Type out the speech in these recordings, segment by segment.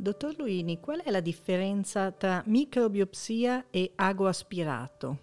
Dottor Luini, qual è la differenza tra microbiopsia e ago aspirato?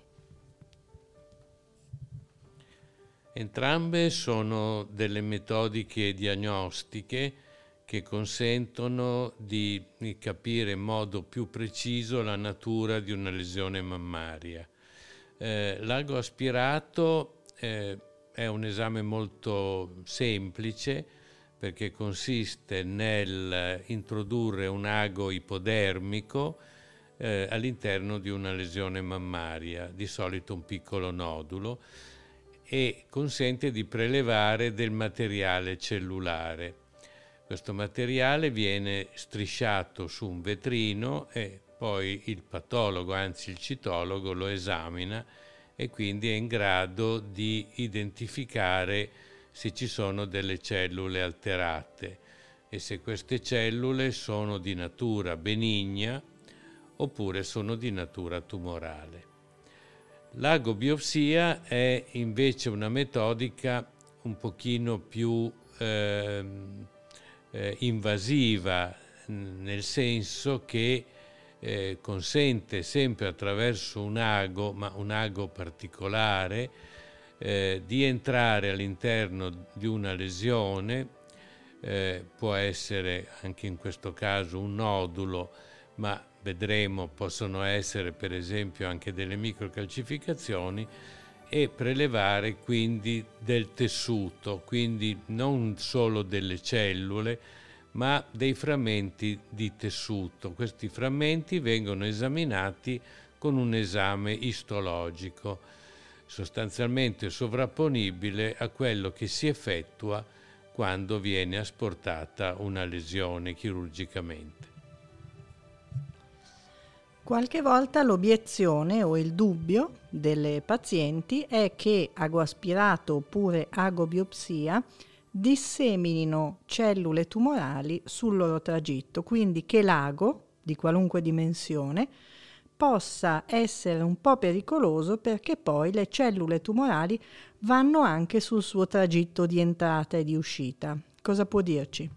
Entrambe sono delle metodiche diagnostiche che consentono di capire in modo più preciso la natura di una lesione mammaria. L'ago aspirato è un esame molto semplice perché consiste nel introdurre un ago ipodermico all'interno di una lesione mammaria, di solito un piccolo nodulo, e consente di prelevare del materiale cellulare. Questo materiale viene strisciato su un vetrino e poi il patologo, anzi il citologo, lo esamina e quindi è in grado di identificare se ci sono delle cellule alterate e se queste cellule sono di natura benigna oppure sono di natura tumorale. L'agobiopsia è invece una metodica un pochino più invasiva, nel senso che consente sempre attraverso un ago, ma un ago particolare, di entrare all'interno di una lesione, può essere anche in questo caso un nodulo, ma vedremo possono essere per esempio anche delle microcalcificazioni, e prelevare quindi del tessuto, quindi non solo delle cellule, ma dei frammenti di tessuto. Questi frammenti vengono esaminati con un esame istologico, sostanzialmente sovrapponibile a quello che si effettua quando viene asportata una lesione chirurgicamente. Qualche volta l'obiezione o il dubbio delle pazienti è che ago aspirato oppure agobiopsia disseminino cellule tumorali sul loro tragitto, quindi che l'ago, di qualunque dimensione, possa essere un po' pericoloso perché poi le cellule tumorali vanno anche sul suo tragitto di entrata e di uscita. Cosa può dirci?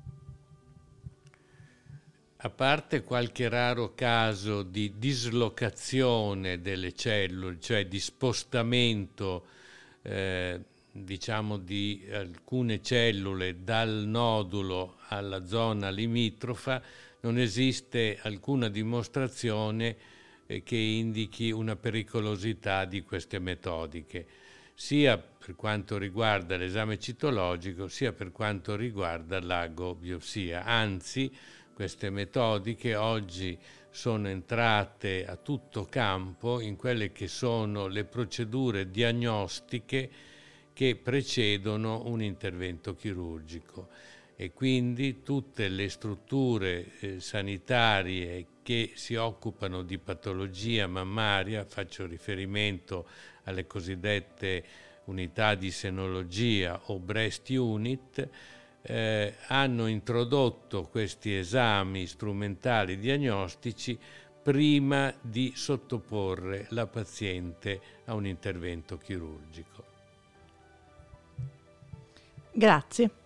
A parte qualche raro caso di dislocazione delle cellule, cioè di spostamento, diciamo, di alcune cellule dal nodulo alla zona limitrofa, non esiste alcuna dimostrazione che indichi una pericolosità di queste metodiche, sia per quanto riguarda l'esame citologico, sia per quanto riguarda l'agobiopsia. Anzi, queste metodiche oggi sono entrate a tutto campo in quelle che sono le procedure diagnostiche che precedono un intervento chirurgico, e quindi tutte le strutture sanitarie che si occupano di patologia mammaria, faccio riferimento alle cosiddette unità di senologia o breast unit, hanno introdotto questi esami strumentali diagnostici prima di sottoporre la paziente a un intervento chirurgico. Grazie.